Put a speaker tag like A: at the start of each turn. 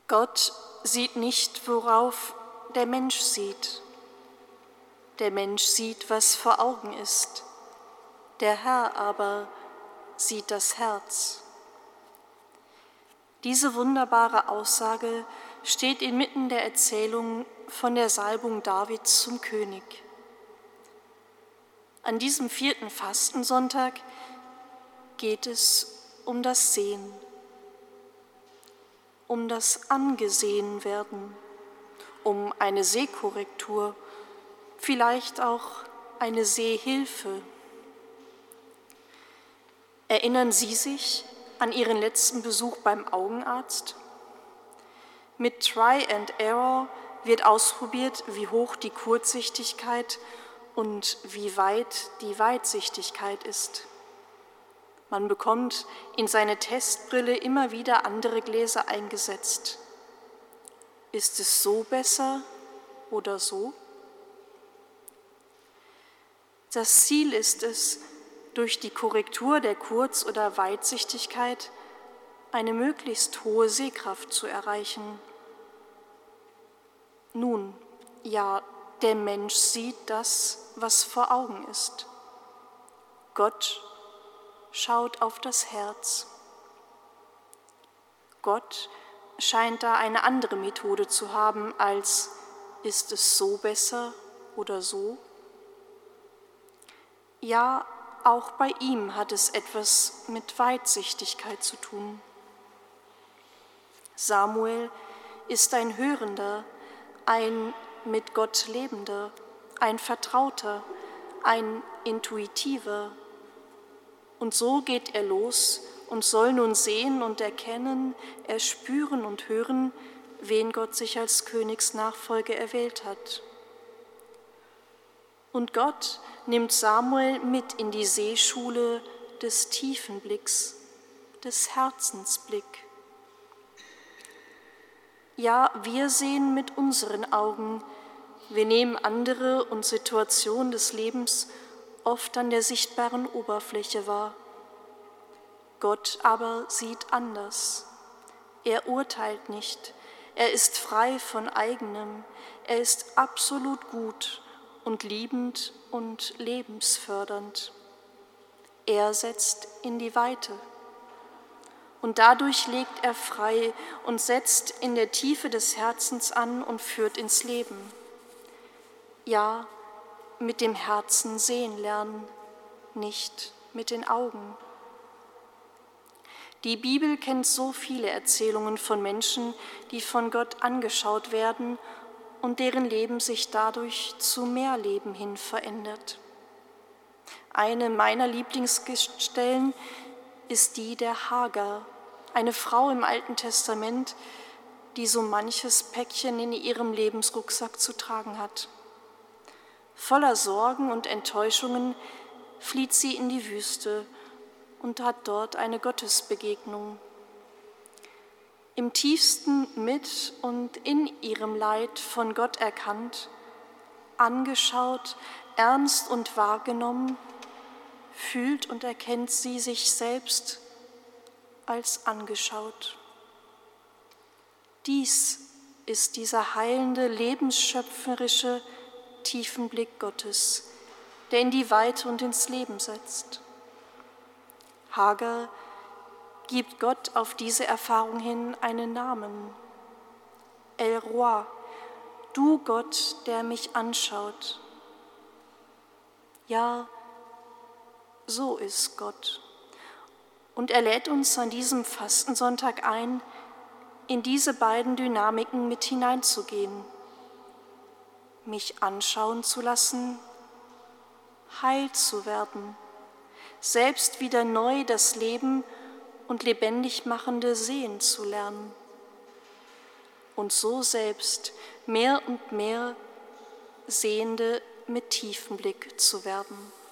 A: Gott sieht nicht, worauf der Mensch sieht. Der Mensch sieht, was vor Augen ist. Der Herr aber sieht das Herz. Diese wunderbare Aussage steht inmitten der Erzählung von der Salbung Davids zum König. An diesem 4. Fastensonntag geht es um das Sehen, um das Angesehenwerden, um eine Sehkorrektur, vielleicht auch eine Sehhilfe. Erinnern Sie sich an Ihren letzten Besuch beim Augenarzt? Mit Try and Error wird ausprobiert, wie hoch die Kurzsichtigkeit und wie weit die Weitsichtigkeit ist. Man bekommt in seine Testbrille immer wieder andere Gläser eingesetzt. Ist es so besser oder so? Das Ziel ist es, durch die Korrektur der Kurz- oder Weitsichtigkeit eine möglichst hohe Sehkraft zu erreichen. Nun, ja, der Mensch sieht das, was vor Augen ist. Gott schaut auf das Herz. Gott scheint da eine andere Methode zu haben als ist es so besser oder so? Ja, auch bei ihm hat es etwas mit Weitsichtigkeit zu tun. Samuel ist ein Hörender, ein mit Gott Lebender, ein Vertrauter, ein Intuitiver. Und so geht er los und soll nun sehen und erkennen, erspüren und hören, wen Gott sich als Königsnachfolger erwählt hat. Und Gott nimmt Samuel mit in die Sehschule des tiefen Blicks, des Herzensblick. Ja, wir sehen mit unseren Augen, wir nehmen andere und Situationen des Lebens oft an der sichtbaren Oberfläche wahr. Gott aber sieht anders. Er urteilt nicht, er ist frei von Eigenem, er ist absolut gut und liebend und lebensfördernd. Er setzt in die Weite. Und dadurch legt er frei und setzt in der Tiefe des Herzens an und führt ins Leben. Ja, mit dem Herzen sehen lernen, nicht mit den Augen. Die Bibel kennt so viele Erzählungen von Menschen, die von Gott angeschaut werden und deren Leben sich dadurch zu mehr Leben hin verändert. Eine meiner Lieblingsstellen ist die der Hagar, eine Frau im Alten Testament, die so manches Päckchen in ihrem Lebensrucksack zu tragen hat. Voller Sorgen und Enttäuschungen flieht sie in die Wüste und hat dort eine Gottesbegegnung. Im tiefsten mit und in ihrem Leid von Gott erkannt, angeschaut, ernst und wahrgenommen, fühlt und erkennt sie sich selbst als angeschaut. Dies ist dieser heilende, lebensschöpferische Tiefenblick Gottes, der in die Weite und ins Leben setzt. Hagar gibt Gott auf diese Erfahrung hin einen Namen. El Roi, du Gott, der mich anschaut. Ja, so ist Gott. Und er lädt uns an diesem Fastensonntag ein, in diese beiden Dynamiken mit hineinzugehen. Mich anschauen zu lassen, heil zu werden, selbst wieder neu das Leben und lebendig machende sehen zu lernen und so selbst mehr und mehr Sehende mit tiefem Blick zu werden.